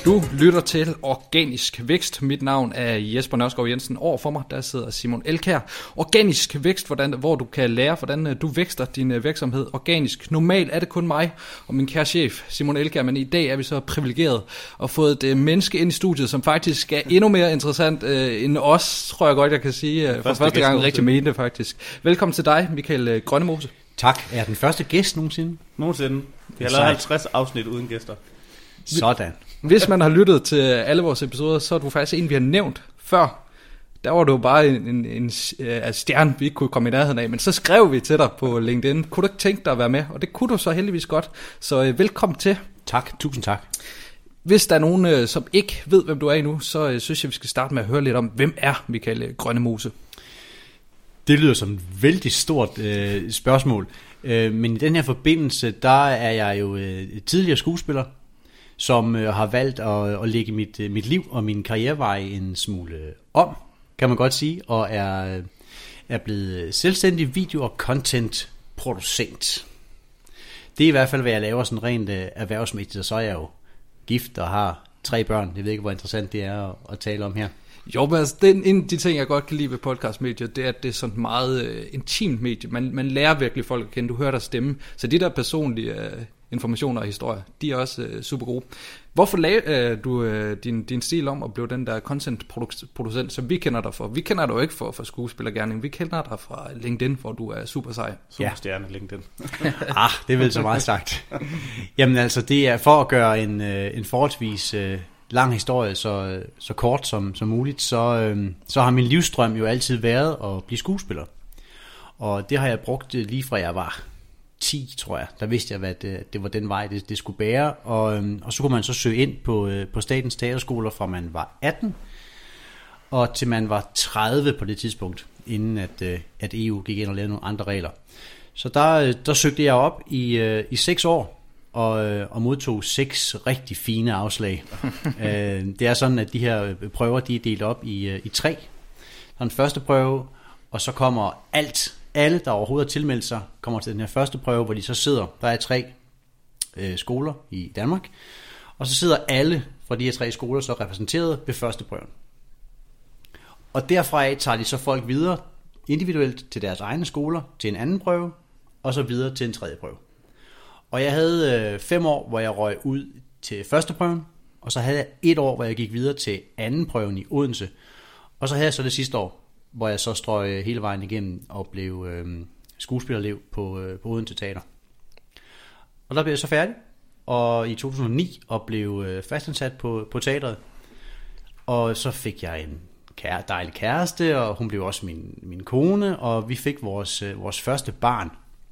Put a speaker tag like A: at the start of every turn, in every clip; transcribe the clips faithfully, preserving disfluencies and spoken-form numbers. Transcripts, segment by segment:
A: Du lytter til Organisk Vækst. Mit navn er Jesper Nørskov Jensen. Over for mig, der sidder Simon Elkjær. Organisk Vækst, hvordan, hvor du kan lære, hvordan du vækster din virksomhed organisk. Normalt er det kun mig og min kære chef, Simon Elkjær, men i dag er vi så privilegeret og fået et menneske ind i studiet, som faktisk er endnu mere interessant øh, end os, tror jeg godt, jeg kan sige. For første, første gang rigtig mente faktisk. Velkommen til dig, Michael Grønnemose.
B: Tak. Er jeg den første gæst nogensinde?
C: Nogensinde. Vi har lavet halvtreds afsnit uden gæster.
B: Sådan.
A: Hvis man har lyttet til alle vores episoder, så er du faktisk en, vi har nævnt før. Der var du bare en, en, en, en stjerne, vi ikke kunne komme i nærheden af. Men så skrev vi til dig på LinkedIn. Kunne du ikke tænke dig at være med? Og det kunne du så heldigvis godt. Så øh, velkommen til.
B: Tak. Tusind tak.
A: Hvis der er nogen, øh, som ikke ved, hvem du er endnu, så øh, synes jeg, vi skal starte med at høre lidt om, hvem er Michael Grønnemose?
B: Det lyder som et vældig stort øh, spørgsmål. Øh, men i den her forbindelse, der er jeg jo øh, tidligere skuespiller, som øh, har valgt at, at lægge mit, øh, mit liv og min karrierevej en smule om, kan man godt sige, og er, er blevet selvstændig video- og content-producent. Det er i hvert fald, hvad jeg laver sådan rent øh, erhvervsmæssigt, og så er jeg jo gift og har tre børn. Jeg ved ikke, hvor interessant det er at, at tale om her.
A: Jo, men altså, den, en af de ting, jeg godt kan lide ved podcastmediet, det er, at det er sådan et meget øh, intimt medie. Man, man lærer virkelig folk at kende, du hører deres stemme. Så de der personlige øh, informationer og historier, de er også øh, super gode. Hvorfor lavede øh, du øh, din, din stil om at blive den der content-producent, som vi kender dig for? Vi kender dig jo ikke for, for skuespillergerning, vi kender dig fra LinkedIn, hvor du er super sej.
C: Superstjerne LinkedIn.
B: ah, det er vel så meget sagt. Jamen altså, det er for at gøre en, øh, en forholdsvis... Øh, lang historie, så, så kort som, som muligt, så, øh, så har min livsdrøm jo altid været at blive skuespiller. Og det har jeg brugt lige fra jeg var ti, tror jeg. Der vidste jeg, at det, det var den vej, det, det skulle bære. Og, øh, og så kunne man så søge ind på, øh, på Statens Teaterskoler, fra man var atten, og til man var tredive på det tidspunkt, inden at, øh, at E U gik ind og lavede nogle andre regler. Så der, der søgte jeg op i, øh, i seks år, Og, og modtog seks rigtig fine afslag. Det er sådan, at de her prøver, de er delt op i, i tre. Så den første prøve, og så kommer alt, alle der overhovedet har tilmeldt sig, kommer til den her første prøve, hvor de så sidder, der er tre øh, skoler i Danmark, og så sidder alle fra de her tre skoler så repræsenteret ved første prøven. Og derfra af tager de så folk videre individuelt til deres egne skoler, til en anden prøve, og så videre til en tredje prøve. Og jeg havde øh, fem år, hvor jeg røg ud til første prøven, og så havde jeg et år, hvor jeg gik videre til anden prøven i Odense. Og så havde jeg så det sidste år, hvor jeg så strøg hele vejen igennem og blev øh, skuespillerelev på, øh, på Odense Teater. Og der blev jeg så færdig, og i to tusind og ni og blev øh, fastansat på, på teateret. Og så fik jeg en kære, dejlig kæreste, og hun blev også min, min kone, og vi fik vores, øh, vores første barn.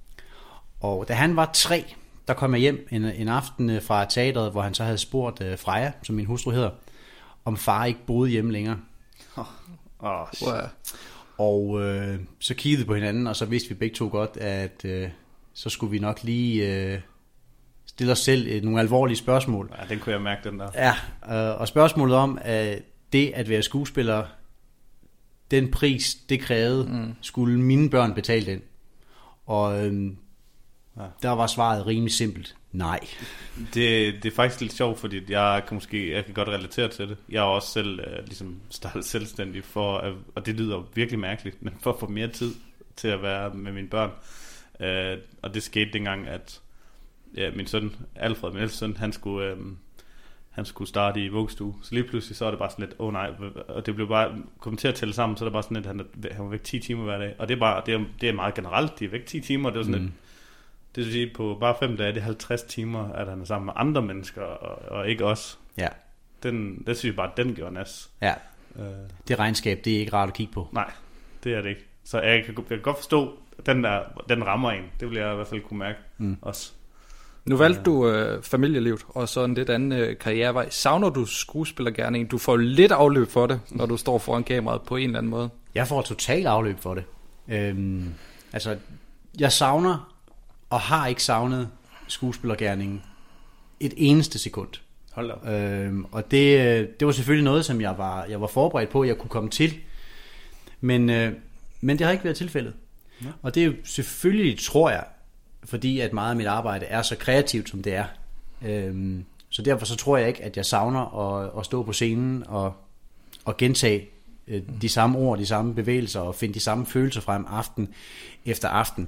B: Og da han var tre, der kom jeg hjem en, en aften fra teateret, hvor han så havde spurgt uh, Freja, som min hustru hedder, om far ikke boede hjemme længere.
C: Oh, oh,
B: wow. Og øh, så kiggede vi på hinanden, og så vidste vi begge to godt, at øh, så skulle vi nok lige øh, stille os selv øh, nogle alvorlige spørgsmål.
C: Ja, den kunne jeg mærke, den der.
B: Ja, øh, og spørgsmålet om, at det at være skuespiller, den pris, det krævede, mm. skulle mine børn betale den. Og... Øh, Ja. Der var svaret rimelig simpelt. Nej.
C: Det, det er faktisk lidt sjovt, fordi jeg kan måske jeg kan godt relatere til det. Jeg har også selv uh, ligesom startet selvstændig for, uh, og det lyder virkelig mærkeligt, men for at få mere tid til at være med mine børn. Uh, og det skete dengang, at ja, min søn, Alfred, min ældste søn, han skulle, uh, han skulle starte i vuggestue. Så lige pludselig så er det bare sådan lidt, åh oh, nej, og det blev bare kommet til at tælle sammen, så er det bare sådan lidt, han, han var væk ti timer hver dag. Og det er, bare, det er, det er meget generelt, de er væk ti timer, og det er sådan mm. lidt. Det vil sige, på bare fem dage, det er halvtreds timer, at han er sammen med andre mennesker, og, og ikke os.
B: Ja.
C: Den, det synes jeg bare, at den gjorde nas.
B: Ja. Øh. Det regnskab, det er ikke rart at kigge på.
C: Nej, det er det ikke. Så jeg kan, jeg kan godt forstå, at den, der, den rammer en. Det vil jeg i hvert fald kunne mærke mm. også.
A: Nu valgte du øh, familielivet, og så en lidt anden øh, karrierevej. Savner du skuespillergerningen? Du får lidt afløb for det, når du står foran kameraet på en eller anden måde.
B: Jeg får total afløb for det. Øhm, altså, jeg savner... og har ikke savnet skuespillergerningen et eneste sekund.
C: Hold da.
B: Øhm, og det, det var selvfølgelig noget, som jeg var, jeg var forberedt på, at jeg kunne komme til. Men, øh, men det har ikke været tilfældet. Ja. Og det er jo selvfølgelig, tror jeg, fordi at meget af mit arbejde er så kreativt, som det er, øhm, Så derfor så tror jeg ikke, at jeg savner at, at stå på scenen og, og gentage øh, de samme ord, de samme bevægelser og finde de samme følelser frem aften efter aften.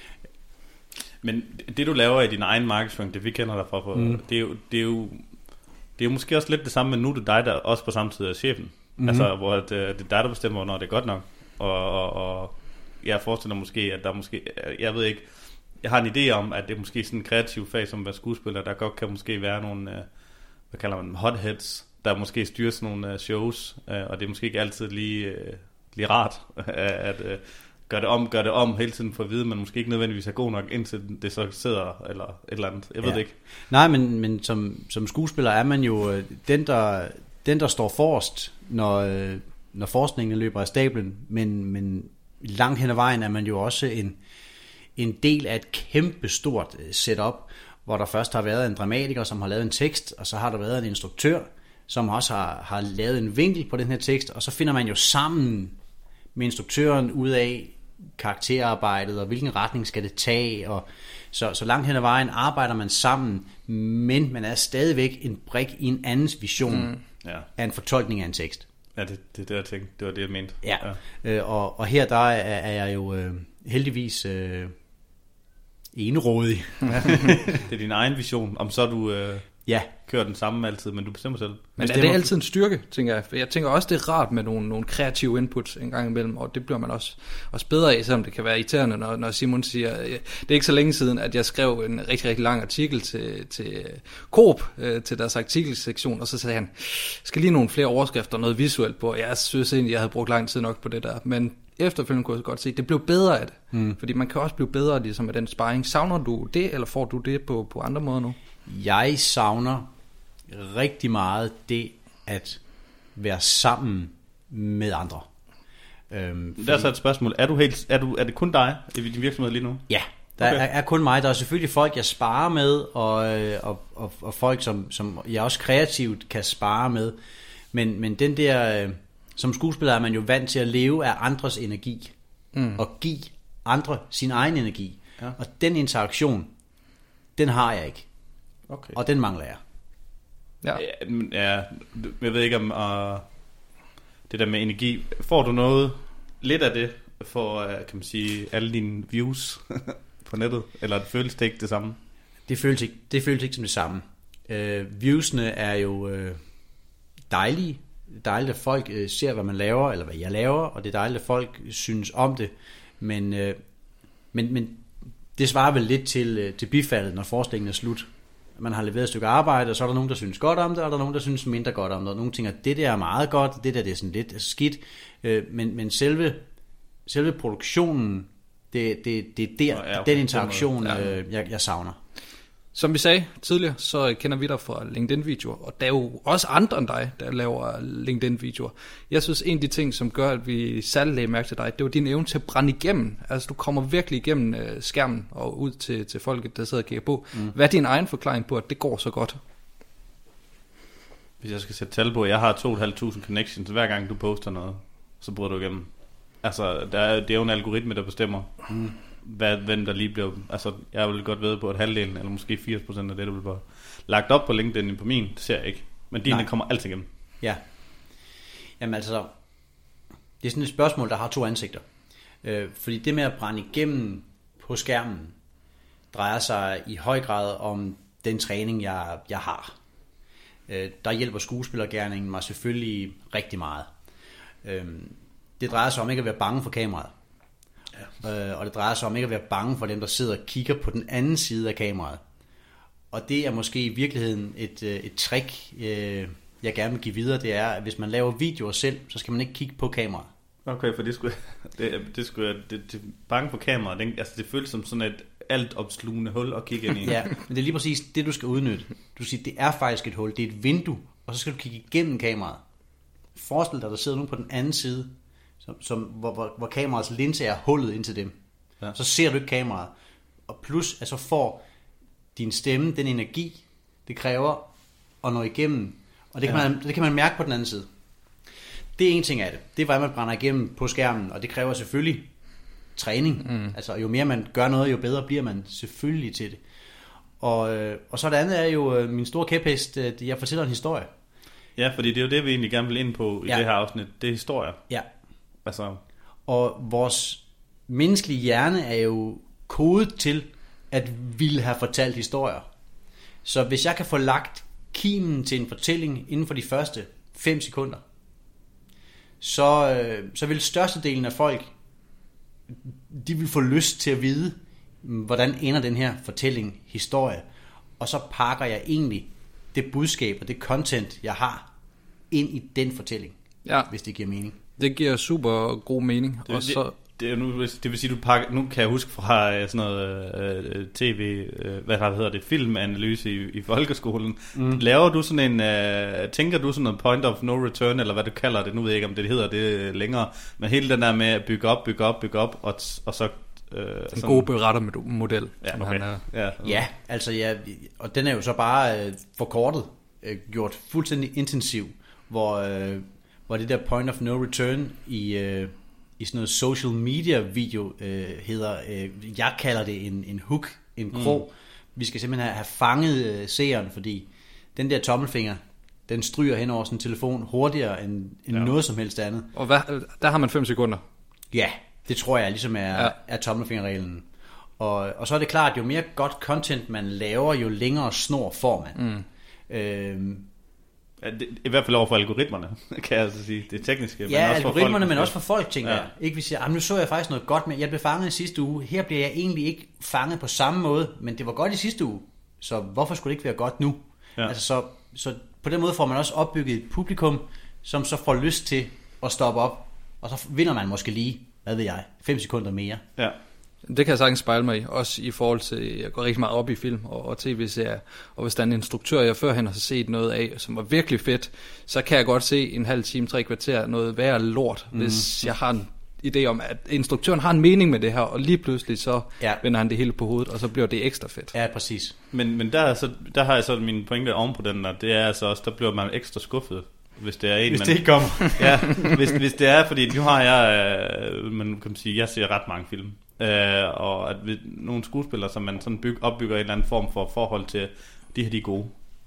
C: Men det du laver i din egen markedsføring, det vi kender dig fra, på, mm. det, er jo, det, er jo, det er jo måske også lidt det samme, men nu er det dig, der også på samme tid er chefen. Mm. Altså, hvor det, det er dig, der bestemmer, når det er godt nok. Og, og, og jeg forestiller måske, at der måske, jeg ved ikke, jeg har en idé om, at det er måske sådan en kreativ fag, som at være skuespiller, der godt kan måske være nogle, hvad kalder man, hotheads, der måske styrer sådan nogle shows, og det er måske ikke altid lige, lige rart, at gøre det om, gøre det om hele tiden for at vide, men måske ikke nødvendigvis er god nok, indtil det så sidder, eller et eller andet, jeg ved ja. det ikke.
B: Nej, men, men som, som skuespiller er man jo den, der, den, der står forrest, når, når forskningen løber af stablen, men, men langt hen ad vejen er man jo også en, en del af et kæmpe stort setup, hvor der først har været en dramatiker, som har lavet en tekst, og så har der været en instruktør, som også har, har lavet en vinkel på den her tekst, og så finder man jo sammen med instruktøren ud af karakterarbejdet, og hvilken retning skal det tage, og så, så langt hen ad vejen arbejder man sammen, men man er stadigvæk en brik i en andens vision mm. ja. af en fortolkning af en tekst.
C: Ja, det, det er det, jeg tænkte. Det var det, jeg mente.
B: Ja, ja. Øh, og, og her der er, er jeg jo øh, heldigvis øh, enerådig.
C: Ja. Det er din egen vision, om så du øh,
B: ja.
C: kører den samme altid, men du bestemmer selv.
A: Men er det altid en styrke, tænker jeg? For jeg tænker også, det er rart med nogle, nogle kreative inputs en gang imellem, og det bliver man også, også bedre af, selvom det kan være irriterende, når, når Simon siger, det er ikke så længe siden, at jeg skrev en rigtig, rigtig lang artikel til, til Coop, til deres artikelsektion, og så sagde han, skal lige nogle flere overskrifter, noget visuelt på, jeg synes egentlig, jeg havde brugt lang tid nok på det der, men efterfølgende kunne jeg godt se, det blev bedre af det, mm. fordi man kan også blive bedre ligesom af den sparring. Savner du det, eller får du det på, på andre måder nu?
B: Jeg savner rigtig meget det at være sammen med andre.
C: Øhm, fordi... Der er så et spørgsmål. Er, du helt, er, du, er det kun dig i din virksomhed lige nu?
B: Ja, der okay. er, er kun mig. Der er selvfølgelig folk, jeg sparer med, og, og, og, og folk, som, som jeg også kreativt kan spare med. Men, men den der, som skuespiller er man jo vant til at leve af andres energi, mm. og give andre sin egen energi. Ja. Og den interaktion, den har jeg ikke. Okay. Og den mangler jeg.
C: Ja. Ja, jeg ved ikke om uh, det der med energi, får du noget lidt af det for, uh, kan man sige, alle dine views på nettet, eller føles det ikke det samme?
B: Det føles ikke, det føles ikke som det samme. Uh, viewsene er jo uh, dejlige. Dejligt, at folk uh, ser, hvad man laver, eller hvad jeg laver, og det er dejligt, at folk synes om det, men, uh, men, men det svarer vel lidt til, uh, til bifaldet, når forestillingen er slut. Man har leveret et stykke arbejde, og så er der nogen, der synes godt om det, og der er nogen, der synes mindre godt om det. Og nogen tænker, det der er meget godt, det der det er sådan lidt skidt. Men, men selve, selve produktionen, det, det, det er der, ja, okay. den interaktion, ja. jeg, jeg savner.
A: Som vi sagde tidligere, så kender vi dig fra LinkedIn-videoer, og der er jo også andre end dig, der laver LinkedIn-videoer. Jeg synes, en af de ting, som gør, at vi særligt lagde mærke til dig, det var din evne til at brænde igennem. Altså, du kommer virkelig igennem øh, skærmen og ud til, til folket, der sidder og kigger på. Mm. Hvad er din egen forklaring på, at det går så godt?
C: Hvis jeg skal sætte tal på, jeg har to tusind fem hundrede connections, hver gang du poster noget, så bryder du igennem. Altså, der er, det er jo en algoritme, der bestemmer. Mm. Hvad, hvem der lige bliver, altså jeg vil godt ved på at halvdelen, eller måske firs procent af det, der bliver lagt op på LinkedIn på min, det ser jeg ikke. Men dine kommer altid igennem.
B: Ja. Jamen altså, det er sådan et spørgsmål, der har to ansigter. Øh, fordi det med at brænde igennem på skærmen, drejer sig i høj grad om den træning, jeg, jeg har. Øh, der hjælper skuespillergerningen mig selvfølgelig rigtig meget. Øh, det drejer sig om ikke at være bange for kameraet. Ja. Og det drejer sig om ikke at være bange for dem, der sidder og kigger på den anden side af kameraet. Og det er måske i virkeligheden et, et trick, jeg gerne vil give videre. Det er, at hvis man laver videoer selv, så skal man ikke kigge på kameraet.
C: Okay, for det skulle det, det skulle det, det, bange for kameraet. Det, altså det føles som sådan et alt opslugende hul at kigge ind i.
B: Ja, men det er lige præcis det, du skal udnytte. Du siger, det er faktisk et hul, det er et vindue, og så skal du kigge igennem kameraet. Forestil dig, der sidder nogen på den anden side, Som, som, hvor, hvor, hvor kameraets linse er hullet ind til dem. Ja. Så ser du ikke kameraet. Og plus, at så får din stemme den energi, det kræver at nå igennem. Og det kan, ja. man, det kan man mærke på den anden side. Det er en ting af det. Det er, hvad man brænder igennem på skærmen, og det kræver selvfølgelig træning. Mm. Altså, jo mere man gør noget, jo bedre bliver man selvfølgelig til det. Og, øh, og så det andet er jo øh, min store kæphest, at jeg fortæller en historie.
C: Ja, fordi det er jo det, vi egentlig gerne vil ind på i ja. det her afsnit. Det er historier.
B: Ja.
C: Altså.
B: Og vores menneskelige hjerne er jo kodet til at ville have fortalt historier. Så hvis jeg kan få lagt kimen til en fortælling inden for de første fem sekunder, så, øh, så vil størstedelen af folk, de vil få lyst til at vide, hvordan ender den her fortælling, historie. Og så pakker jeg egentlig det budskab og det content, jeg har, ind i den fortælling, ja. Hvis det giver mening.
A: Det giver super god mening.
C: Det,
A: og så...
C: det, det, er nu, det vil sige, du pakker, nu kan jeg huske fra sådan noget uh, tv, uh, hvad hedder det, filmanalyse i, i folkeskolen. Mm. Laver du sådan en, uh, tænker du sådan noget point of no return, eller hvad du kalder det, nu ved jeg ikke, om det hedder det længere, men hele den der med at bygge op, bygge op, bygge op, og, og så... Uh,
A: en
C: sådan...
A: god berettermodel.
C: Ja, okay.
A: Han er.
B: Ja, okay. Ja, altså ja, og den er jo så bare uh, forkortet, uh, gjort fuldstændig intensiv, hvor, uh, hvor det der point of no return i... Uh, i sådan noget social media video øh, hedder, øh, jeg kalder det en, en hook, en krog. Mm. Vi skal simpelthen have, have fanget øh, seeren, fordi den der tommelfinger, den stryger hen over sådan en telefon hurtigere end, end ja. noget som helst andet.
A: Og hvad, der har man fem sekunder?
B: Ja, det tror jeg ligesom er, ja. er tommelfingerreglen. Og, og så er det klart, jo mere godt content man laver, jo længere snor får man. Mm. Øhm,
C: Ja, det, i hvert fald over for algoritmerne, kan jeg altså sige. Det er tekniske,
B: ja,
C: men også for
B: algoritmerne,
C: folk,
B: men også for folk, tænker
C: ja.
B: jeg. Ikke hvis jeg, nu så jeg faktisk noget godt med, jeg blev fanget i sidste uge. Her bliver jeg egentlig ikke fanget på samme måde, men det var godt i sidste uge. Så hvorfor skulle det ikke være godt nu? Ja. Altså, så, så på den måde får man også opbygget et publikum, som så får lyst til at stoppe op. Og så vinder man måske lige, hvad ved jeg, fem sekunder mere.
C: Ja.
A: Det kan jeg sagtens spejle mig i, også i forhold til, jeg går rigtig meget op i film og, og tv-serier, og hvis der er en instruktør, jeg førhen har set noget af, som var virkelig fedt, så kan jeg godt se en halv time, tre kvarter, noget værre lort, mm. hvis jeg har en idé om, at instruktøren har en mening med det her, og lige pludselig så ja. vender han det hele på hovedet, og så bliver det ekstra fedt.
B: Ja, præcis.
C: Men, men der, er så, der har jeg så min pointe oven på den der, det er altså også, der bliver man ekstra skuffet. Hvis det er en,
B: hvis
C: man,
B: det ikke kommer.
C: ja, hvis, hvis det er, fordi nu har jeg, øh, man kan sige, jeg ser ret mange film. Øh, og at vi, nogle skuespillere, som man sådan byg, opbygger en eller anden form for forhold til, de her de er gode.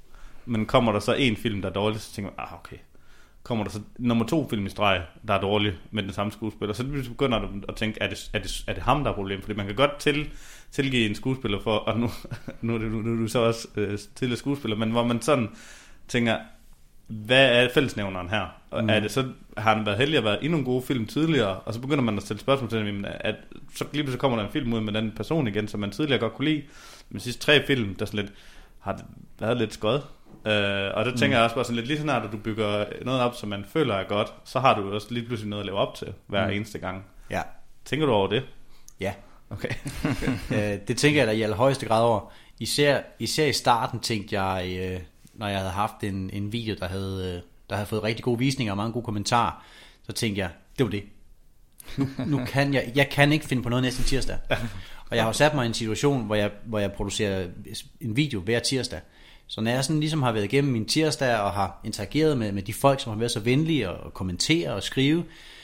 C: Men kommer der så en film, der er dårlig, så tænker man, ah okay. Kommer der så nummer to film i streg, der er dårlig med den samme skuespiller, så begynder du at tænke, er det, er det, er det ham, der er problemet? Fordi man kan godt til, tilgive en skuespiller for, og nu, nu, nu, nu, nu er du så også øh, tidligere skuespiller, men hvor man sådan tænker, hvad er fællesnævneren her? Og mm. er det så, har han været heldig at være i nogle gode film tidligere, og så begynder man at stille spørgsmål til dem, at så lige pludselig kommer der en film ud med den person igen, som man tidligere godt kunne lide. Men de sidste tre film, der sådan lidt, har det været lidt skød. Uh, og der tænker mm. jeg også bare sådan lidt, lige snart at du bygger noget op, som man føler er godt, så har du også lige pludselig noget at leve op til hver mm. eneste gang.
B: Ja.
C: Tænker du over det?
B: Ja.
C: Okay.
B: uh, det tænker jeg da i allerhøjeste grad over. Især, især i starten tænkte jeg, uh, når jeg havde haft en, en video, der havde, der havde fået rigtig gode visninger og mange gode kommentarer, så tænkte jeg, det var det. Nu, nu kan jeg, jeg kan ikke finde på noget næsten tirsdag. Og jeg har jo sat mig i en situation, hvor jeg, hvor jeg producerer en video hver tirsdag. Så når jeg sådan ligesom har været igennem min tirsdag og har interageret med, med de folk, som har været så venlige og kommentere og skrive,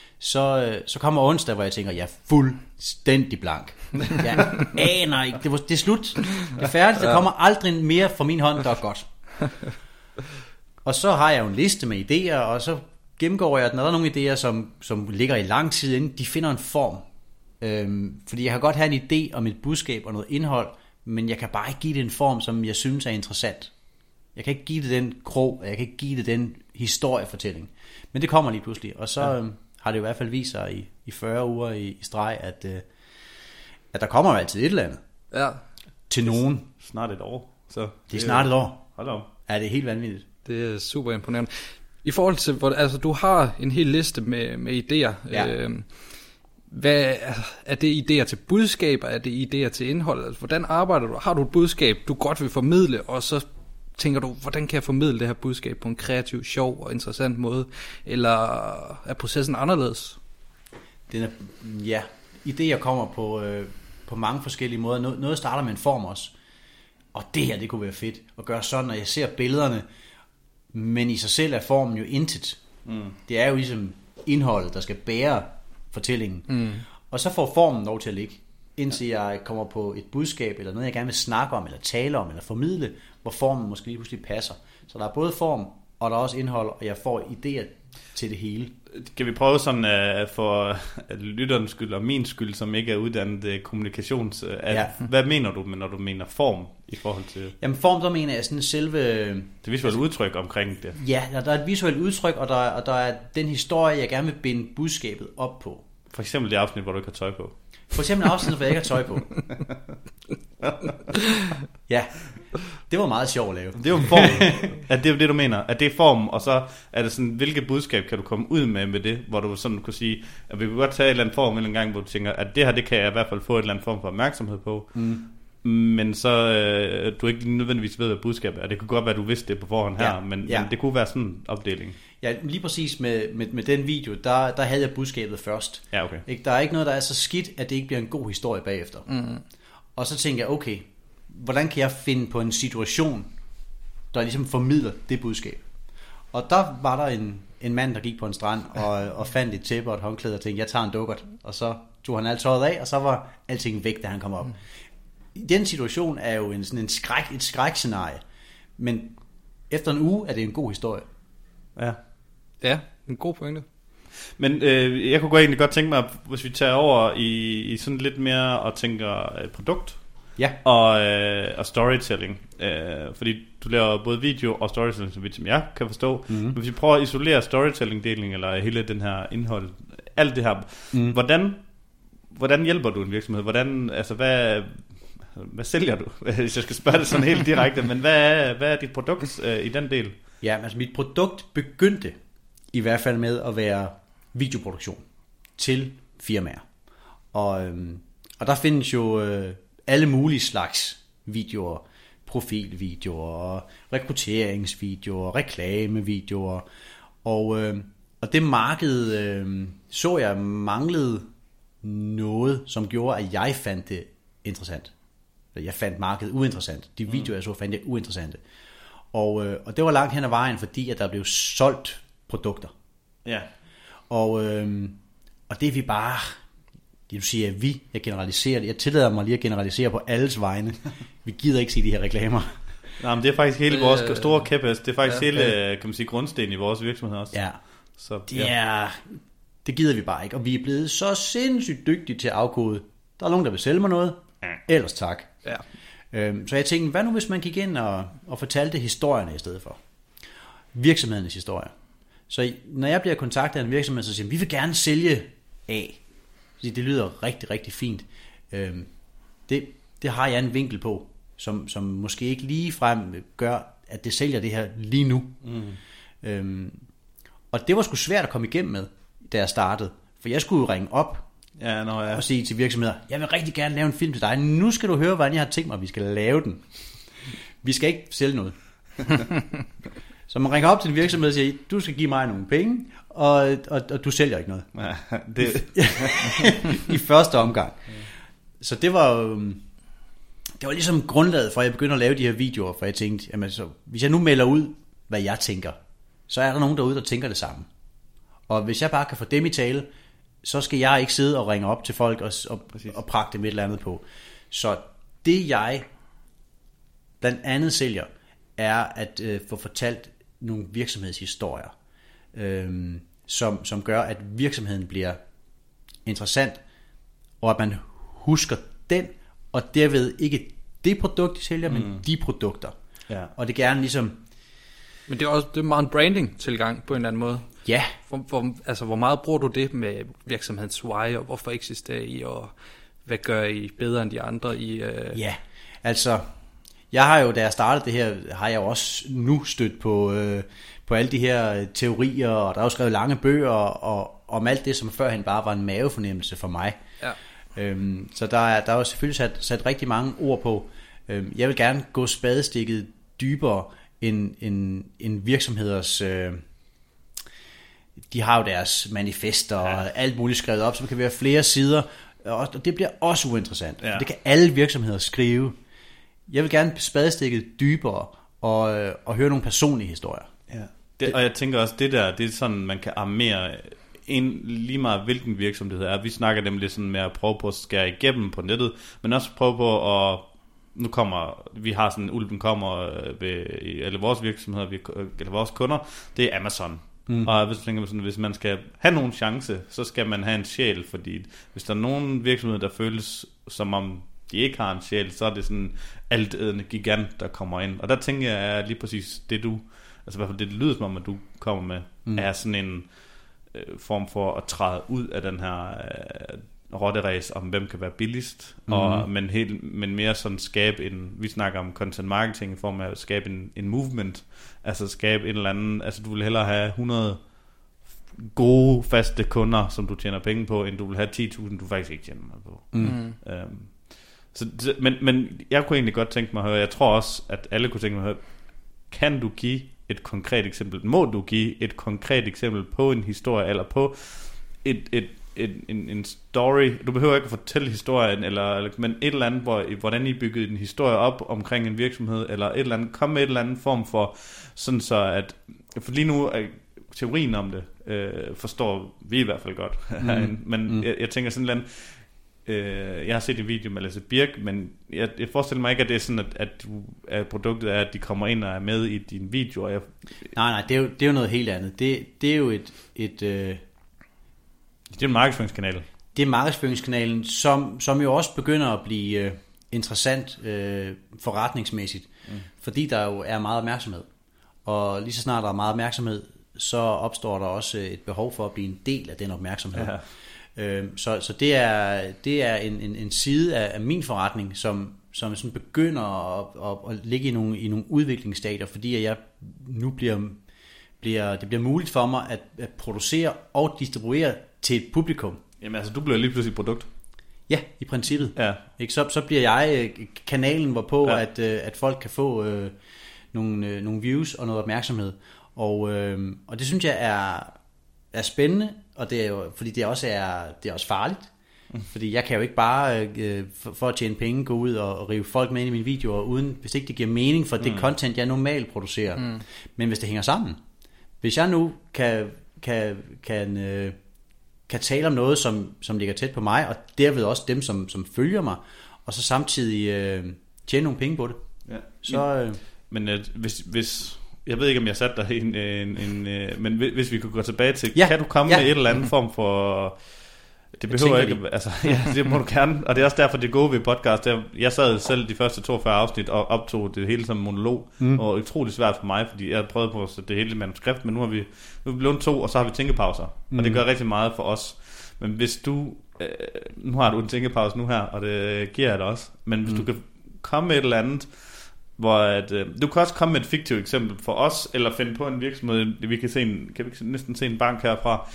B: så, så kommer onsdag, hvor jeg tænker, jeg er fuldstændig blank. Jeg aner ikke. Det, var, det er slut. Det er færdigt. Der kommer aldrig mere fra min hånd, der er godt. Og så har jeg jo en liste med idéer, og så gennemgår jeg, at når der er nogle idéer, som, som ligger i lang tid inden, de finder en form. Øhm, fordi jeg kan godt have en idé om et budskab og noget indhold, men jeg kan bare ikke give det en form, som jeg synes er interessant. Jeg kan ikke give det den krog, jeg kan ikke give det den historiefortælling. Men det kommer lige pludselig, og så ja. øhm, har det i hvert fald vist sig i, i fyrre uger i, i streg, at, øh, at der kommer jo altid et eller andet.
A: Ja.
B: Til nogen.
C: Snart et år. Så det,
B: det er snart et år.
C: Hold op.
B: Ja, det er helt vanvittigt.
A: Det er super imponerende. I forhold til, hvor, altså du har en hel liste med, med idéer.
B: Ja.
A: Øh, hvad er det idéer til budskaber? Er det idéer til indhold? Altså, hvordan arbejder du? Har du et budskab, du godt vil formidle, og så tænker du, hvordan kan jeg formidle det her budskab på en kreativ, sjov og interessant måde? Eller er processen anderledes?
B: Den er, ja, idéer kommer på, øh, på mange forskellige måder. Noget, noget starter med en form også. Og det her, det kunne være fedt at gøre sådan, når jeg ser billederne. Men i sig selv er formen jo intet. Mm. Det er jo ligesom indholdet, der skal bære fortællingen. Mm. Og så får formen lov til at ligge. indtil jeg kommer på et budskab, eller noget, jeg gerne vil snakke om, eller tale om, eller formidle, hvor formen måske lige pludselig passer. Så der er både form, og der er også indhold, og jeg får idéer til det hele.
C: Kan vi prøve sådan uh, for uh, lytterens skyld og min skyld, som ikke er uddannet uh, kommunikations... Uh, at, ja. Hvad mener du, når du mener form i forhold til...
B: Jamen form, der mener jeg sådan selve...
C: Det visuelle udtryk omkring det.
B: Ja, der, der er et visuelt udtryk, og der, og der er den historie, jeg gerne vil binde budskabet op på.
C: For eksempel det afsnit, hvor du ikke har tøj på.
B: For eksempel afsnit, hvor jeg ikke har tøj på. Ja, det var meget sjovt at lave.
C: Det er jo form. At det er det, du mener. At det er form, og så er det sådan, hvilket budskab kan du komme ud med med det, hvor du sådan kunne sige, at vi kunne godt tage et eller andet form en gang, hvor du tænker, at det her, det kan jeg i hvert fald få et eller andet form for opmærksomhed på. Mm. Men så øh, du ikke nødvendigvis ved, hvad budskabet er. Det kunne godt være, at du vidste det på forhånd her, ja, men, ja. men det kunne være sådan en opdeling.
B: Ja, lige præcis med, med, med den video, der, der havde jeg budskabet først.
C: Ja, okay.
B: Ikke? Der er ikke noget, der er så skidt, at det ikke bliver en god historie bagefter. Mm. Og så tænker jeg, okay, hvordan kan jeg finde på en situation, der ligesom formidler det budskab? Og der var der en, en mand, der gik på en strand og, og fandt et tæppe og et håndklæde og tænkte, jeg tager en dukkert. Og så tog han alt tøjet af, og så var alting væk, da han kom op. Mm. Den situation er jo en, sådan en skræk, et skrækscenarie, men efter en uge er det en god historie.
C: Ja,
A: ja, en god pointe.
C: Men øh, jeg kunne godt egentlig godt tænke mig, hvis vi tager over i, i sådan lidt mere og tænker øh, produkt,
B: ja,
C: og, øh, og storytelling, øh, fordi du laver både video og storytelling, så vidt som jeg kan forstå. Mm-hmm. Men hvis vi prøver at isolere storytelling-delingen eller hele den her indhold, alt det her, mm. hvordan hvordan hjælper du en virksomhed? Hvordan, altså hvad Hvad sælger du? Hvis jeg skal spørge det sådan helt direkte, men hvad er, hvad er dit produkt øh, i den del?
B: Ja, altså mit produkt begyndte i hvert fald med at være videoproduktion til firmaer. Og, øhm, og der findes jo øh, alle mulige slags videoer, profilvideoer, rekrutteringsvideoer, reklamevideoer. Og, øh, og det marked øh, så jeg manglede noget, som gjorde, at jeg fandt det interessant. Jeg fandt markedet uinteressant. De videoer, jeg så, fandt jeg uinteressante. Og, øh, og det var langt hen ad vejen, fordi at der blev solgt produkter.
C: Ja.
B: Og, øh, og det er vi bare... Det vil sige, at vi, jeg generaliserer det. Jeg tillader mig lige at generalisere på alles vegne. Vi gider ikke se de her reklamer.
C: Nej, men det er faktisk hele vores øh, store kæphest. Det er faktisk ja, hele, ja. kan man sige, grundstenen i vores virksomhed også.
B: Ja,
C: så,
B: det, ja. Er, det gider vi bare ikke. Og vi er blevet så sindssygt dygtige til at afkode. Der er nogen, der vil sælge mig noget. Ja. Ellers tak.
A: Ja.
B: Øhm, så jeg tænkte, hvad nu hvis man gik ind og, og fortalte historierne i stedet for? Virksomhedernes historie. Så når jeg bliver kontaktet af en virksomhed, så siger jeg, vi vil gerne sælge A. Så det lyder rigtig, rigtig fint. Øhm, det, det har jeg en vinkel på, som, som måske ikke lige frem gør, at det sælger det her lige nu. Mm. Øhm, og det var sgu svært at komme igennem med, da jeg startede. For jeg skulle jo ringe op
C: ja, no, ja.
B: og sige til virksomheder, jeg vil rigtig gerne lave en film til dig. Nu skal du høre, hvordan jeg har tænkt mig, at vi skal lave den. Vi skal ikke sælge noget. Så man ringer op til en virksomhed og siger, du skal give mig nogle penge, og, og, og du sælger ikke noget.
C: Ja, det...
B: I første omgang. Så det var jo, det var ligesom grundlaget for, at jeg begyndte at lave de her videoer, for jeg tænkte, jamen, så, hvis jeg nu melder ud, hvad jeg tænker, så er der nogen derude, der tænker det samme. Og hvis jeg bare kan få dem i tale, så skal jeg ikke sidde og ringe op til folk og, og, og prakke dem et eller andet på. Så det jeg blandt andet sælger, er at øh, få fortalt nogle virksomhedshistorier, øh, som, som gør, at virksomheden bliver interessant, og at man husker den, og derved ikke det produkt, de sælger, mm. men de produkter.
C: Ja. Og det gerne ligesom...
A: Men det er også det er meget en branding-tilgang på en eller anden måde.
B: Ja.
A: Hvor, hvor, altså, hvor meget bruger du det med virksomhedens why, og hvorfor eksisterer I, og hvad gør I bedre end de andre? I, øh...
B: Ja, altså... Jeg har jo, da jeg startede det her, har jeg jo også nu stødt på, øh, på alle de her teorier, og der er jo skrevet lange bøger og, om alt det, som førhen bare var en mavefornemmelse for mig.
A: Ja.
B: Øhm, så der er, der er jo selvfølgelig sat, sat rigtig mange ord på. Øhm, jeg vil gerne gå spadestikket dybere end, end, end virksomheders... Øh, de har jo deres manifester og ja. alt muligt skrevet op, så det kan være flere sider, og det bliver også uinteressant. Ja. Det kan alle virksomheder skrive. Jeg vil gerne spadestikket dybere og, og høre nogle personlige historier.
C: Ja. Det, og jeg tænker også, det der, det er sådan, man kan armere en, lige meget hvilken virksomhed det er. Vi snakker nemlig sådan med at prøve på at skære igennem på nettet, men også prøve på at, nu kommer, vi har sådan, Ulven kommer ved alle vores virksomheder, eller vores kunder, det er Amazon. Mm. Og hvis, sådan, hvis man skal have nogen chance, så skal man have en sjæl, fordi hvis der er nogen virksomheder, der føles som om de ikke har en sjæl, så er det sådan en altædende gigant, der kommer ind. Og der tænker jeg lige præcis det du, altså i hvert fald det, det lyder som om, at du kommer med, mm. er sådan en øh, form for at træde ud af den her øh, rotteræs om hvem kan være billigst, mm. og, men, helt, men mere sådan skabe en, vi snakker om content marketing i form af at skabe en, en movement, altså skabe en eller anden, altså du vil hellere have hundrede gode faste kunder, som du tjener penge på, end du vil have ti tusind, du faktisk ikke tjener noget på. Mm. Øhm, så, men, men jeg kunne egentlig godt tænke mig at høre, jeg tror også, at alle kunne tænke mig at høre, kan du give et konkret eksempel, må du give et konkret eksempel på en historie, eller på et, et, et, en, en story, du behøver ikke at fortælle historien, eller, men et eller andet, hvor, hvordan I byggede en historie op omkring en virksomhed, eller et eller andet, kom med et eller andet form for, sådan så at, for lige nu er teorien om det, øh, forstår vi i hvert fald godt herinde, mm. men mm. Jeg, jeg tænker sådan lidt, øh, jeg har set en video med Lasse Birk, men jeg, jeg forestiller mig ikke, at det er sådan, at, at, du, at produktet er, at de kommer ind og er med i din video. Og jeg...
B: Nej, nej, det er, jo, det er jo noget helt andet. Det, det er jo et... et øh...
C: Det er en markedsføringskanal.
B: Det er markedsføringskanalen, som, som jo også begynder at blive øh, interessant øh, forretningsmæssigt, mm. fordi der jo er meget opmærksomhed. Og lige så snart der er meget opmærksomhed, så opstår der også et behov for at blive en del af den opmærksomhed. Ja. Øh, så, så det er, det er en, en, en side af, af min forretning, som, som sådan begynder at, at, at ligge i nogle, i nogle udviklingsstadier, fordi jeg nu bliver, bliver, det bliver muligt for mig at, at producere og distribuere til et publikum.
C: Jamen altså, du bliver lige pludselig et produkt.
B: Ja, i princippet.
C: Ja.
B: Ikke? Så, så bliver jeg kanalen, hvorpå ja. at, at folk kan få øh, nogle, øh, nogle views og noget opmærksomhed. Og, øh, og det synes jeg er, er spændende, og det er jo, fordi det også er, det er også farligt. Mm. Fordi jeg kan jo ikke bare øh, for, for at tjene penge gå ud og, og rive folk med ind i mine videoer, uden, hvis ikke det giver mening for mm. det content, jeg normalt producerer. Mm. Men hvis det hænger sammen. Hvis jeg nu kan, kan, kan, øh, kan tale om noget, som, som ligger tæt på mig, og derved også dem, som, som følger mig, og så samtidig øh, tjene nogle penge på det.
C: Ja.
B: Så, øh,
C: men øh, hvis... hvis jeg ved ikke, om jeg satte dig en, en, en, en men hvis vi kunne gå tilbage til,
B: ja,
C: kan du komme
B: ja.
C: med et eller andet form for, det behøver ikke, de. altså, ja, det må du gerne, og det er også derfor, det gode ved podcast, der, jeg sad selv de første toogfyrre afsnit og optog det hele som monolog, mm. og utroligt svært for mig, fordi jeg havde prøvet på at sætte det hele i manuskript, men nu har vi, nu er vi blevet to, og så har vi tænkepauser, mm. og det gør rigtig meget for os. Men hvis du, øh, nu har du en tænkepause nu her, og det giver jeg dig også, men hvis mm. du kan komme med et eller andet, hvor at, øh, du kan også komme med et fiktivt eksempel for os, eller finde på en virksomhed, vi kan se en, kan vi næsten se en bank herfra,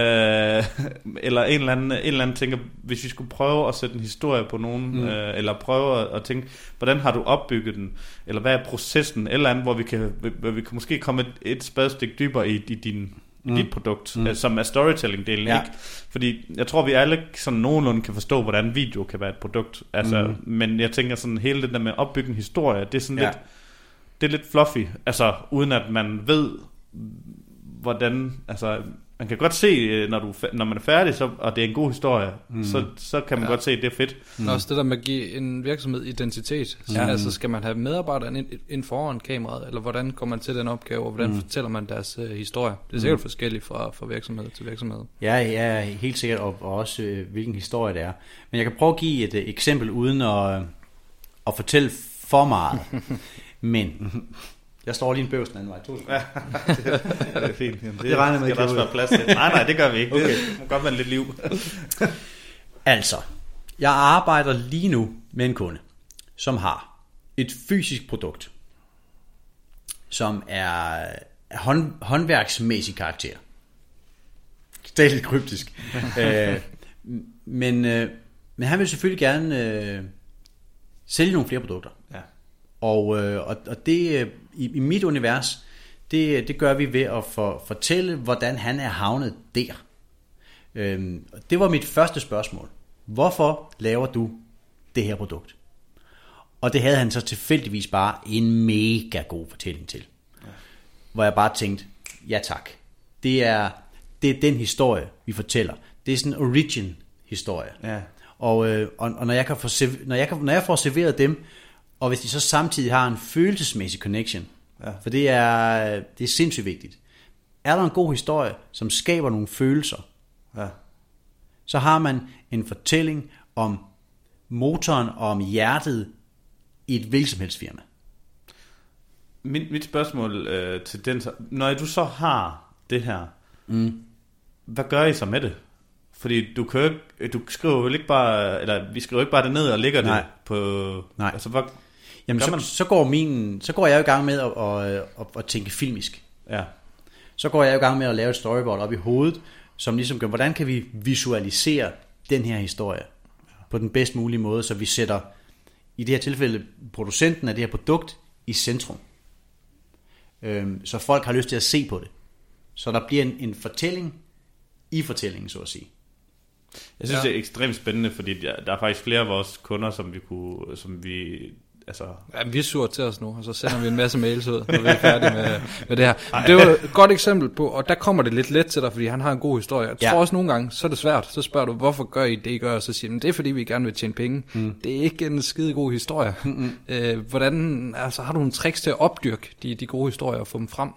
C: øh, eller en eller anden, en eller anden tænker, hvis vi skulle prøve at sætte en historie på nogen, mm. øh, eller prøve at, at tænke, hvordan har du opbygget den, eller hvad er processen, eller andet, hvor vi kan, hvor vi kan måske komme et, et spadestik dybere i, i din Mm. dit produkt, mm. som er storytelling-delen, ja. Ikke? Fordi jeg tror, vi alle sådan nogenlunde kan forstå, hvordan video kan være et produkt. Altså, mm. men jeg tænker sådan, hele det der med at opbygge en historie, det er sådan ja. lidt, det er lidt fluffy. Altså, uden at man ved, hvordan, altså, man kan godt se, når, du, når man er færdig, så, og det er en god historie, mm. så, så kan man ja. godt se, at det er fedt.
A: Mm. Også det der med at give en virksomhed identitet. Ja. Altså, skal man have medarbejderne ind, ind foran kameraet, eller hvordan går man til den opgave, og hvordan mm. fortæller man deres uh, historie? Det er sikkert mm. forskelligt fra, fra virksomhed til virksomhed.
B: Ja, ja, helt sikkert, og, og også øh, hvilken historie det er. Men jeg kan prøve at give et øh, eksempel, uden at, øh, at fortælle for meget. Men... Jeg står lige en bøvs den anden vej.
C: Ja, det, det er fint. Jamen, det,
B: det regner med,
C: skal der også være plads til. Nej, nej, det gør vi ikke. Okay. Det må godt være lidt liv.
B: Altså, jeg arbejder lige nu med en kunde, som har et fysisk produkt, som er hånd, håndværksmæssig karakter. Det er lidt kryptisk. øh, men, øh, men han vil selvfølgelig gerne øh, sælge nogle flere produkter. Ja. Og, øh, og, og det i, i mit univers, det, det gør vi ved at for, fortælle, hvordan han er havnet der. Øhm, det var mit første spørgsmål. Hvorfor laver du det her produkt? Og det havde han så tilfældigvis bare en mega god fortælling til. Ja. Hvor jeg bare tænkte, ja tak. Det er, det er den historie, vi fortæller. Det er sådan en origin-historie.
C: Ja.
B: Og, øh, og, og når, jeg kan få, når, jeg kan, når jeg får serveret dem, og hvis de så samtidig har en følelsesmæssig connection, ja. For det er, det er sindssygt vigtigt. Er der en god historie, som skaber nogle følelser, ja. Så har man en fortælling om motoren og om hjertet i et hvilket som helst firma.
C: Mit, mit spørgsmål øh, til den, når du så har det her, mm. hvad gør I så med det? Fordi du kan ikke, du skriver vel ikke bare, eller vi skriver ikke bare det ned og lægger Nej. det på...
B: Nej.
C: Altså, hvad
B: Jamen, så, så, går min, så går jeg i gang med at, at, at, at tænke filmisk.
C: Ja.
B: Så går jeg i gang med at lave et storyboard op i hovedet, som ligesom gør, hvordan kan vi visualisere den her historie på den bedst mulige måde, så vi sætter, i det her tilfælde, producenten af det her produkt i centrum. Øhm, så folk har lyst til at se på det. Så der bliver en, en fortælling i fortællingen, så at sige.
C: Jeg synes, ja. det er ekstremt spændende, fordi der, der er faktisk flere af vores kunder, som vi kunne, som vi... Altså...
A: Ja, vi er surt til os nu, og så sender vi en masse mails ud, når vi er færdige med, med det her. Men det er jo et godt eksempel på, og der kommer det lidt let til dig, fordi han har en god historie. Jeg tror ja. også nogle gange, så er det svært. Så spørger du, hvorfor gør I det, I gør? Og så siger de, det er fordi, vi gerne vil tjene penge. Mm. Det er ikke en skide god historie. Mm-hmm. Øh, hvordan, altså, har du nogle tricks til at opdyrke de, de gode historier og få dem frem?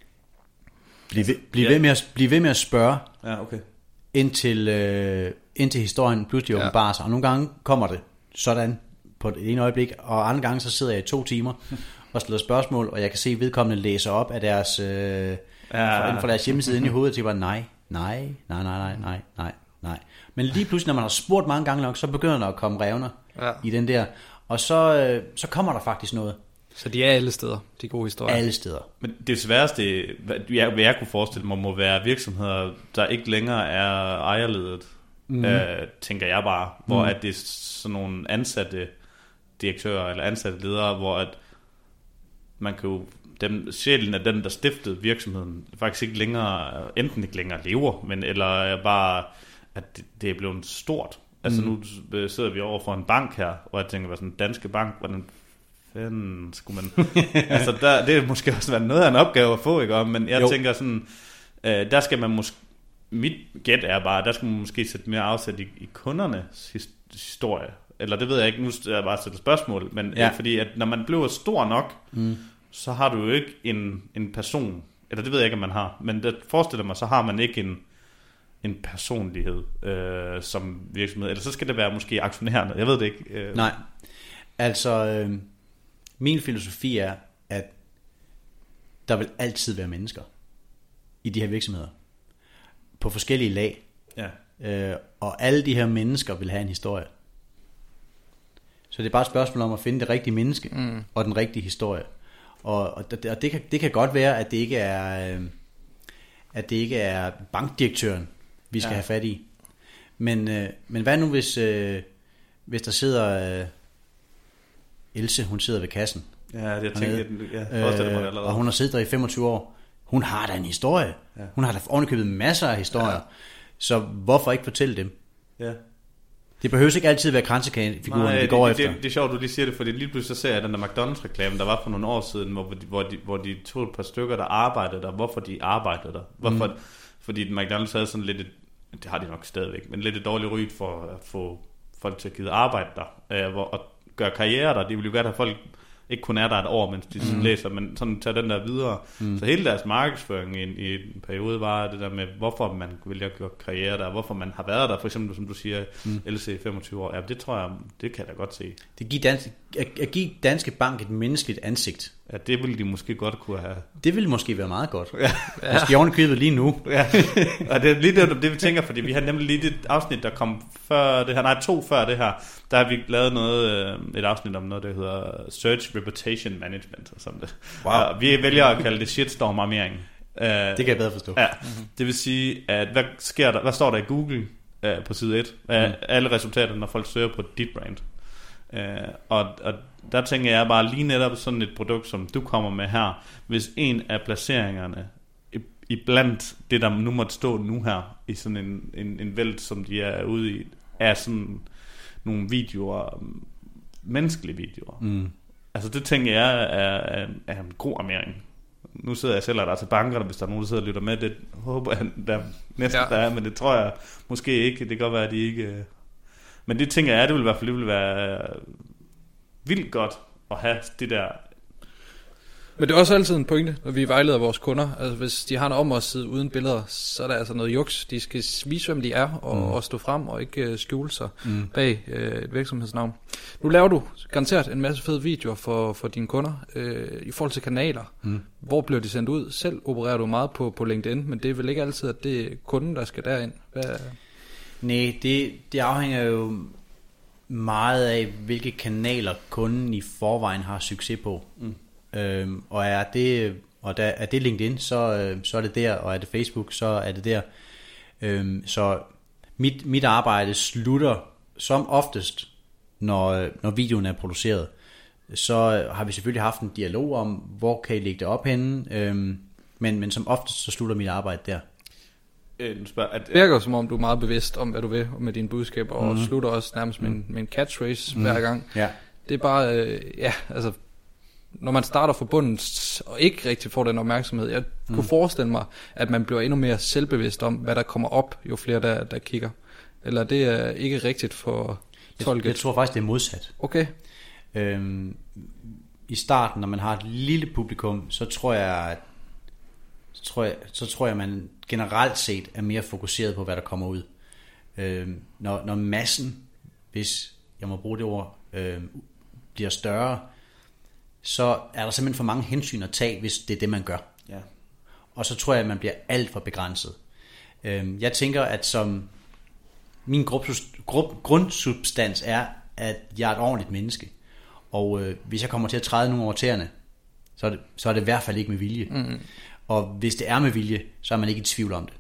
B: Bliv ved, bliv ved, med, at, bliv ved med at spørge,
C: ja, okay.
B: indtil, øh, indtil historien pludselig ja. åbenbarer sig. Og nogle gange kommer det sådan på det ene øjeblik, og andre gange så sidder jeg i to timer og stiller spørgsmål, og jeg kan se, at vedkommende læser op af deres, øh, ja. for, for deres hjemmeside inde i hovedet, og tænker bare, nej, nej, nej, nej, nej, nej, nej. Men lige pludselig, når man har spurgt mange gange nok, så begynder der at komme revner ja. i den der, og så, øh, så kommer der faktisk noget.
A: Så de er alle steder, de gode historier?
B: Alle steder.
C: Men det sværeste, hvad jeg, hvad jeg kunne forestille mig, må være virksomheder, der ikke længere er ejerledet, mm. øh, tænker jeg bare, hvor mm. at det er sådan nogle ansatte direktører eller ansatte ledere, hvor at man kan jo, dem, sjælen af den, der stiftede virksomheden, faktisk ikke længere, enten ikke længere lever, men eller bare, at det, det er blevet stort. Altså mm. nu sidder vi over for en bank her, hvor jeg tænker, hvad sådan en danske bank, hvordan fanden skulle man... altså der, det er måske også været noget af en opgave at få, ikke? Men jeg jo. tænker sådan, øh, der skal man måske, mit gæt er bare, der skal man måske sætte mere afsæt i, i kundernes historie. Eller det ved jeg ikke, nu er jeg bare sætte spørgsmål, men ja. fordi at når man bliver stor nok, mm. så har du jo ikke en, en person, eller det ved jeg ikke, om man har, men det forestiller mig, så har man ikke en, en personlighed øh, som virksomhed, eller så skal det være måske aktionærerne, jeg ved det ikke. Øh.
B: Nej, altså øh, min filosofi er, at der vil altid være mennesker i de her virksomheder, på forskellige lag,
C: ja.
B: øh, og alle de her mennesker vil have en historie. Så det er bare et spørgsmål om at finde det rigtige menneske mm. og den rigtige historie. Og, og, det, og det, kan, det kan godt være, at det ikke er, øh, at det ikke er bankdirektøren, vi skal ja. have fat i. Men, øh, men hvad nu, hvis, øh, hvis der sidder øh, Else, hun sidder ved kassen.
C: Ja, det jeg tænker, jeg forestiller mig allerede.
B: Og hun har siddet der i femogtyve år. Hun har da en historie. Ja. Hun har da ovenikøbet masser af historier. Ja. Så hvorfor ikke fortælle dem?
C: Ja.
B: Det behøver ikke altid være kransekagefiguren, det, det går
C: det,
B: efter.
C: Det, det, det er sjovt, du lige siger det, fordi lige pludselig så ser jeg den der McDonald's-reklame, der var for nogle år siden, hvor de, hvor de, hvor de tog et par stykker, der arbejdede der. Hvorfor de arbejdede der? Hvorfor? Mm. Fordi McDonald's havde sådan lidt, et, det har de nok stadigvæk, men lidt et dårligt ry for at få folk til at gide arbejde der, øh, hvor, og gøre karriere der. De ville jo gerne have folk ikke kun er der et år, mens de mm. læser, men sådan tager den der videre. Mm. Så hele deres markedsføring i, i en periode var det der med, hvorfor man vælger at gøre karriere der, hvorfor man har været der, for eksempel som du siger, mm. L C femogtyve år. Ja, det tror jeg, det kan jeg da godt se.
B: Det giver dansk, at, at give Danske Bank et menneskeligt ansigt.
C: Ja, det ville de måske godt kunne have.
B: Det ville måske være meget godt. Ja. Måske ovenikøbet lige nu.
C: Ja. Og det er lige det, det, vi tænker, fordi vi har nemlig lige det afsnit, der kom før det her, nej, to før det her, der har vi lavet noget, et afsnit om noget, der hedder Search Reputation Management. Og sådan det. Wow. Og vi vælger at kalde det shitstorm-armering.
B: Det kan jeg bedre forstå.
C: Ja. Mm-hmm. Det vil sige, at hvad sker der, hvad står der i Google uh, på side et? Uh, mm. Alle resultater, når folk søger på dit brand. Uh, og, og der tænker jeg bare lige netop sådan et produkt, som du kommer med her, hvis en af placeringerne i, i blandt det, der nu måtte stå nu her, i sådan en, en, en vælt, som de er ude i, er sådan nogle videoer, menneskelige videoer. Mm. Altså det tænker jeg er, er, er en god armering. nu sidder jeg selv og der til bankerne, hvis der er nogen, der sidder og lytter med, det håber jeg, der næsten ja. der er, men det tror jeg måske ikke. Det kan godt være, at de ikke... Øh... Men det tænker jeg, det vil i hvert fald det vil være vildt godt at have det der...
A: Men det er også altid en pointe, når vi vejleder vores kunder. Altså hvis de har en områdsside uden billeder, så er der altså noget juks. De skal vise, hvem de er, og, mm. og stå frem, og ikke uh, skjule sig mm. bag uh, et virksomhedsnavn. Nu laver du garanteret en masse fede videoer for, for dine kunder. Uh, I forhold til kanaler, mm. hvor bliver de sendt ud? Selv opererer du meget på, på LinkedIn, men det er vel ikke altid, at det er kunden, der skal derind? Hvad...
B: Nej, det, det afhænger jo meget af, hvilke kanaler kunden i forvejen har succes på. Mm. Øhm, og er det og der, er det LinkedIn, så, øh, så er det der, og er det Facebook, så er det der. Øhm, så mit, mit arbejde slutter som oftest, når, når videoen er produceret. Så har vi selvfølgelig haft en dialog om, hvor kan I lægge det op henne, øhm, men, men som oftest så slutter mit arbejde der.
A: Det virker som om du er meget bevidst om, hvad du vil med dine budskaber, og mm-hmm. slutter også nærmest med en, med en catchphrase mm-hmm. hver gang.
B: Ja.
A: Det er bare, øh, ja, altså... Når man starter forbundet og ikke rigtig får den opmærksomhed, jeg mm. kunne forestille mig, at man bliver endnu mere selvbevidst om, hvad der kommer op, jo flere der, der kigger. Eller det er ikke rigtigt for tolket?
B: Jeg, jeg tror faktisk, det er modsat.
A: Okay.
B: Øhm, I starten, når man har et lille publikum, så tror jeg, så tror jeg, så tror jeg, man generelt set er mere fokuseret på, hvad der kommer ud. Øhm, når, når massen, hvis jeg må bruge det ord, øhm, bliver større, så er der simpelthen for mange hensyn at tage, hvis det er det, man gør.
C: Ja.
B: Og så tror jeg, at man bliver alt for begrænset. Jeg tænker, at som min grundsubstans er, at jeg er et ordentligt menneske. Og øh, hvis jeg kommer til at træde nogen over tæerne, så er, det, så er det i hvert fald ikke med vilje. Mm-hmm. Og hvis det er med vilje, så er man ikke i tvivl om det.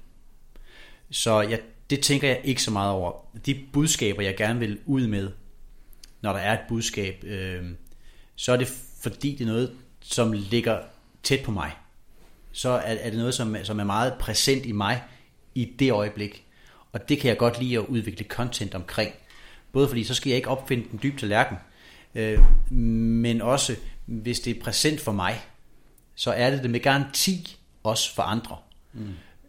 B: Så jeg, det tænker jeg ikke så meget over. De budskaber, jeg gerne vil ud med, når der er et budskab, øh, så er det fordi det er noget, som ligger tæt på mig. Så er, er det noget, som, som er meget præsent i mig i det øjeblik. Og det kan jeg godt lide at udvikle content omkring. Både fordi, så skal jeg ikke opfinde den dybe tallerken, øh, men også, hvis det er præsent for mig, så er det det med garanti også for andre. Mm.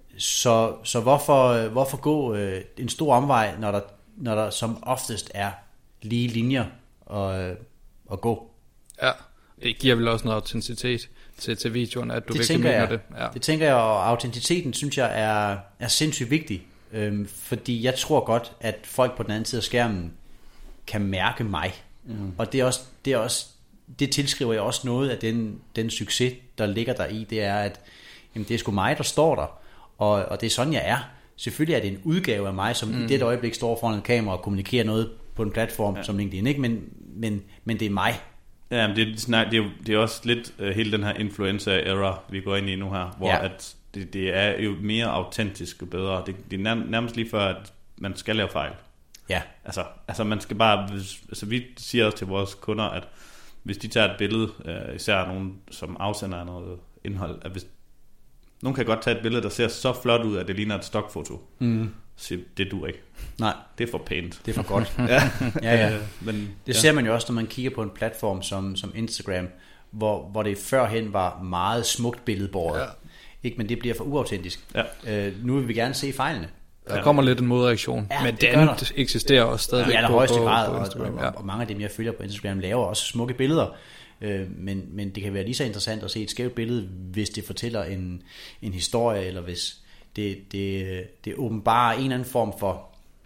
B: Så, så hvorfor, hvorfor gå øh, en stor omvej, når der, når der som oftest er lige linjer at, at gå?
A: Ja, det giver vel også noget autenticitet til, til videoen, at du
B: det
A: virkelig mener
B: jeg,
A: det. Ja.
B: Det tænker jeg, og autenticiteten synes jeg er, er sindssygt vigtig. Øhm, fordi jeg tror godt, at folk på den anden side af skærmen kan mærke mig. Mm. Og det er også, det er også, det tilskriver jeg også noget af den, den succes, der ligger der i. Det er, at jamen, det er sgu mig, der står der. Og, og det er sådan, jeg er. Selvfølgelig er det en udgave af mig, som mm. i det øjeblik står foran en kamera og kommunikerer noget på en platform ja. som LinkedIn, ikke? Men, men, men det er mig.
C: Ja, men det, det, er, det, er, det er også lidt uh, hele den her influencer-era, vi går ind i nu her, hvor ja. at det, det er jo mere autentisk og bedre. Det, det er nærmest, nærmest lige før, at man skal lave fejl.
B: Ja.
C: Altså, altså man skal bare, altså vi siger også til vores kunder, at hvis de tager et billede, uh, især nogen, som afsender noget indhold, at hvis nogen kan godt tage et billede, der ser så flot ud, at det ligner et stokfoto, mm. så det duer ikke.
B: Nej.
C: Det er for pænt.
B: Det er for godt.
C: ja.
B: ja, ja. Men, det ja. ser man jo også, når man kigger på en platform som, som Instagram, hvor, hvor det førhen var meget smukt billedbåret. Ja. Ikke, men det bliver for uautentisk. Ja. Øh, nu vil vi gerne se fejlene.
A: Der kommer lidt en modreaktion, ja, men den eksisterer også stadigvæk
B: ja,
A: på,
B: højeste
A: på,
B: grad,
A: på Instagram.
B: Og, og, og mange af dem, jeg følger på Instagram, laver også smukke billeder. Øh, men, men det kan være lige så interessant at se et skævt billede, hvis det fortæller en, en historie, eller hvis det, det, det åbenbarer en eller anden form for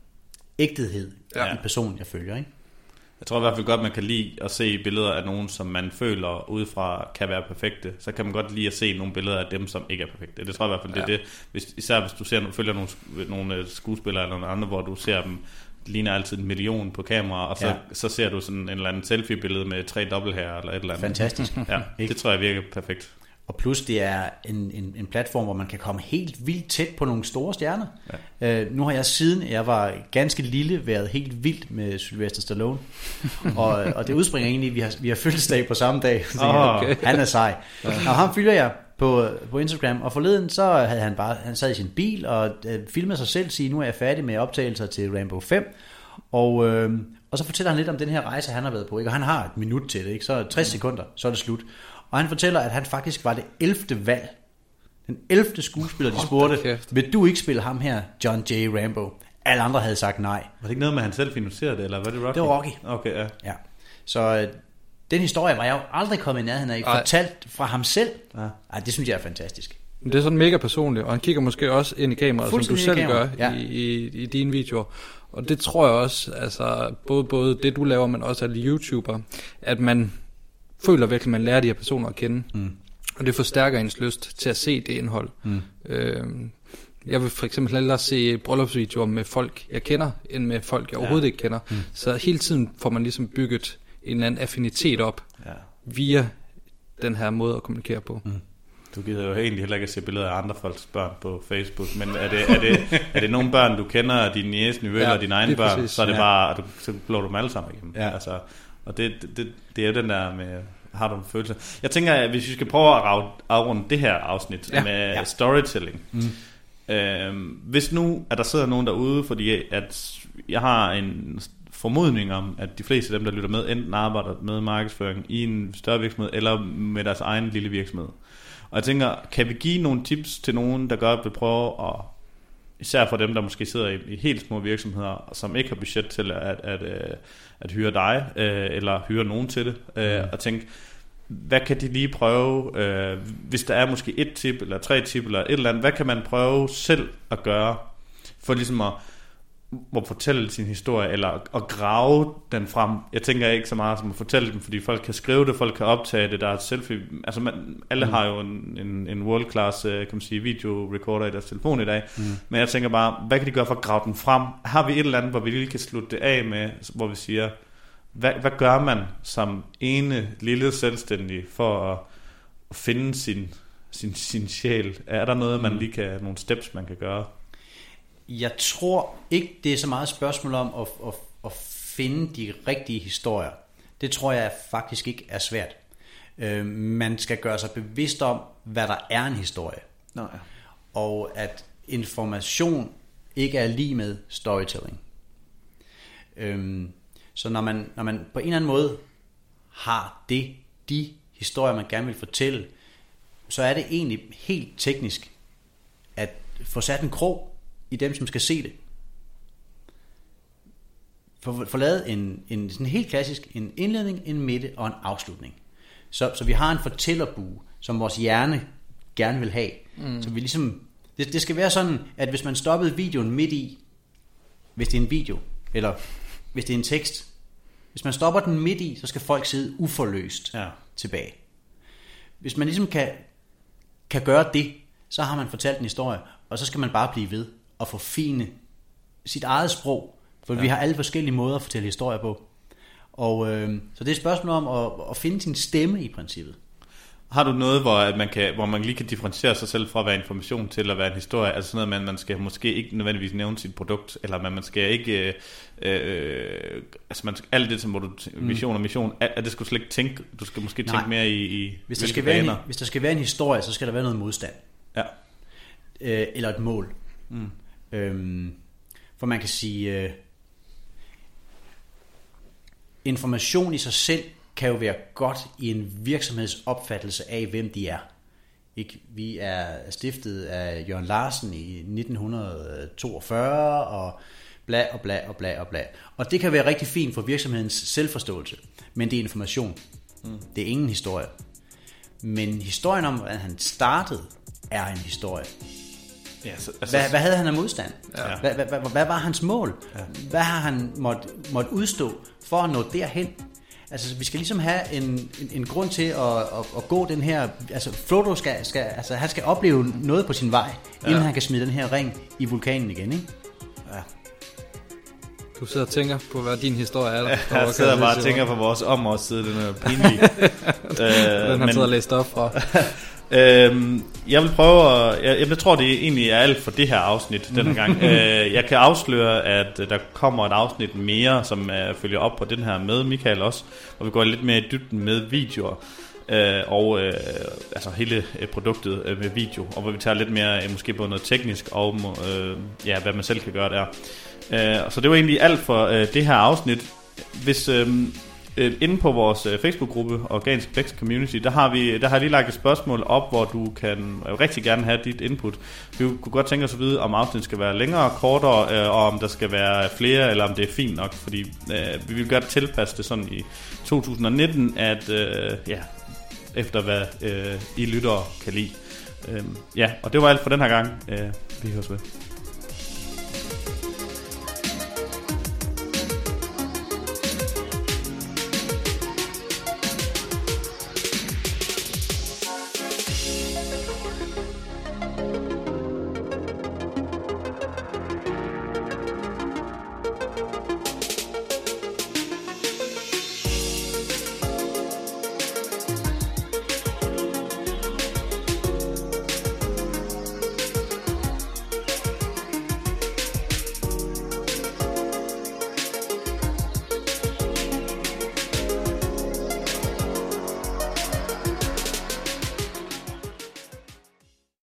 B: ægthed ja. i personen, jeg følger, ikke?
C: Jeg tror i hvert fald godt, man kan lide at se billeder af nogen, som man føler udefra kan være perfekte. Så kan man godt lide at se nogle billeder af dem, som ikke er perfekte. Det tror jeg i hvert fald, det ja. er det. Hvis, især hvis du ser, følger nogle, nogle skuespillere eller nogle andre, hvor du ser dem, ligner altid en million på kamera, og så, ja. så ser du sådan en eller anden selfie-billede med tre dobbelthager eller et eller andet.
B: Fantastisk.
C: Ja, det tror jeg virker perfekt.
B: Og plus det er en, en, en platform, hvor man kan komme helt vildt tæt på nogle store stjerner. Ja. Øh, nu har jeg siden jeg var ganske lille været helt vildt med Sylvester Stallone. og, og det udspringer egentlig, vi har, vi har fødselsdag på samme dag. Så oh, okay. Han er sej. Ja. Og ham følger jeg på, på Instagram, og forleden så havde han bare, han sad i sin bil og øh, filmede sig selv, sige, nu er jeg færdig med optagelser til Rambo fem. Og, øh, og så fortæller han lidt om den her rejse, han har været på, ikke? Og han har et minut til det, ikke? Så tres sekunder, så er det slut. Og han fortæller, at han faktisk var det ellevte valg. Den ellevte skuespiller, de spurgte, vil du ikke spille ham her, John J. Rambo? Alle andre havde sagt nej.
C: Var det ikke noget med, at han selv finansierede det, eller var det Rocky?
B: Det var Rocky.
C: Okay, ja.
B: ja. Så øh, den historie var jeg jo aldrig kommet i nærheden af. Fortalt fra ham selv. Ja. Ej, det synes jeg er fantastisk.
A: Det er sådan mega personligt, og han kigger måske også ind i kameraet, som du selv gør
B: ja.
A: i, i, i dine videoer. Og det tror jeg også, altså både, både det du laver, men også alle YouTuber, at man føler virkelig, at man lærer de her personer at kende. Mm. Og det forstærker ens lyst til at se det indhold. Mm. Øhm, jeg vil for eksempel hellere se bryllupsvideoer med folk, jeg kender, end med folk, jeg overhovedet ja. ikke kender. Mm. Så hele tiden får man ligesom bygget en eller anden affinitet op ja. via den her måde at kommunikere på. Mm.
C: Du gider jo egentlig heller ikke at se billeder af andre folks børn på Facebook, men er det, er det, er det nogle børn, du kender, dine niece, nevø eller ja, dine egne børn, præcis. Så er det ja. bare, at du, så blår du dem alle sammen igennem. Ja. Altså, og det, det, det er jo den der med, har du en følelse. Jeg tænker, at hvis vi skal prøve at afrunde det her afsnit ja. med ja. storytelling. Mm. Øhm, hvis nu, at der sidder nogen derude, fordi at jeg har en formodning om, at de fleste af dem, der lytter med, enten arbejder med markedsføring i en større virksomhed, eller med deres egen lille virksomhed. Og jeg tænker, kan vi give nogle tips til nogen, der godt vil prøve at, især for dem, der måske sidder i, i helt små virksomheder, som ikke har budget til at, at, at, at hyre dig, eller hyre nogen til det, mm. og tænke, hvad kan de lige prøve, hvis der er måske et tip, eller tre tip, eller et eller andet, hvad kan man prøve selv at gøre, for ligesom at at fortælle sin historie, eller at grave den frem. Jeg tænker ikke så meget som at fortælle den, fordi folk kan skrive det, folk kan optage det, der er selfie, altså man, alle mm. har jo en, en, en world class, kan man sige, video recorder i deres telefon i dag, mm. men jeg tænker bare, hvad kan de gøre for at grave den frem? Har vi et eller andet, hvor vi lige kan slutte det af med, hvor vi siger, hvad, hvad gør man som ene lille selvstændig for at, at finde sin, sin, sin sjæl? Er der noget, man lige kan, nogle steps, man kan gøre?
B: Jeg tror ikke, det er så meget spørgsmål om at, at, at finde de rigtige historier. Det tror jeg faktisk ikke er svært. Øh, man skal gøre sig bevidst om, hvad der er en historie. Nå, ja. Og at information ikke er lige med storytelling. Øh, så når man, når man på en eller anden måde har det, de historier, man gerne vil fortælle, så er det egentlig helt teknisk at få sat en krog i dem, som skal se det. For, for lavet en, en sådan helt klassisk en indledning, en midte og en afslutning. Så, så vi har en fortællerbue, som vores hjerne gerne vil have. Mm. Så vi ligesom, det, det skal være sådan, at hvis man stoppede videoen midt i, hvis det er en video, eller hvis det er en tekst, hvis man stopper den midt i, så skal folk sidde uforløst ja. tilbage. Hvis man ligesom kan, kan gøre det, så har man fortalt en historie, og så skal man bare blive ved og forfine sit eget sprog, for ja. vi har alle forskellige måder at fortælle historier på. Og øh, så det er et spørgsmål om at, at finde sin stemme i princippet.
C: Har du noget, hvor, at man kan, hvor man lige kan differentiere sig selv fra at være information til at være en historie? Altså sådan noget, man, man skal måske ikke nødvendigvis nævne sit produkt, eller man, man skal ikke... Øh, øh, altså man, alt det, som hvor du vision og mission, at, at det skal du slet ikke tænke. Du skal måske tænke Nej. mere i, i
B: hvis der, skal være en, hvis der skal være en historie, så skal der være noget modstand.
C: Ja.
B: Øh, eller et mål. Mm. Øhm, for man kan sige... Øh, information i sig selv kan jo være godt i en virksomheds opfattelse af, hvem de er. Ikke? Vi er stiftet af Jørgen Larsen i nitten toogfyrre, og bla og bla og bla og bla. Og det kan være rigtig fint for virksomhedens selvforståelse, men det er information. Mm. Det er ingen historie. Men historien om, at han startede, er en historie. Ja, så, altså, hvad, hvad havde han af modstand? Ja. Hvad, hvad, hvad, hvad var hans mål? Ja. Hvad har han måtte, måtte udstå for at nå derhen? Altså, vi skal ligesom have en, en, en grund til at, at, at gå den her... Altså, Frodo skal, skal, altså, han skal opleve noget på sin vej, ja. inden han kan smide den her ring i vulkanen igen, ikke? Ja.
A: Du sidder og tænker på, hvad din historie er.
C: Ja, jeg sidder bare og tænker på vores om os side, den er pinlig.
A: øh, den har siddet og læst op fra.
C: øhm, jeg vil prøve at, jeg, jeg tror det egentlig er alt for det her afsnit denne gang. øh, Jeg kan afsløre, at der kommer et afsnit mere, som er følger op på den her med Michael også, hvor vi går lidt mere i dybden med videoer øh, og øh, altså hele produktet øh, med video, og hvor vi tager lidt mere øh, måske både noget teknisk og øh, ja, hvad man selv kan gøre der. øh, Så det var egentlig alt for øh, det her afsnit. Hvis øh, inde på vores Facebook-gruppe Organisk Vækst Community, der har vi der har jeg lige lagt et spørgsmål op, hvor du kan rigtig gerne have dit input. Vi kunne godt tænke os at vide, om afsnittet skal være længere, kortere, og om der skal være flere, eller om det er fint nok, fordi øh, vi vil godt tilpasse det sådan i to tusind nitten, at øh, ja, efter hvad øh, I lyttere kan lide. Øh, ja, og det var alt for den her gang. Øh, vi høres ved.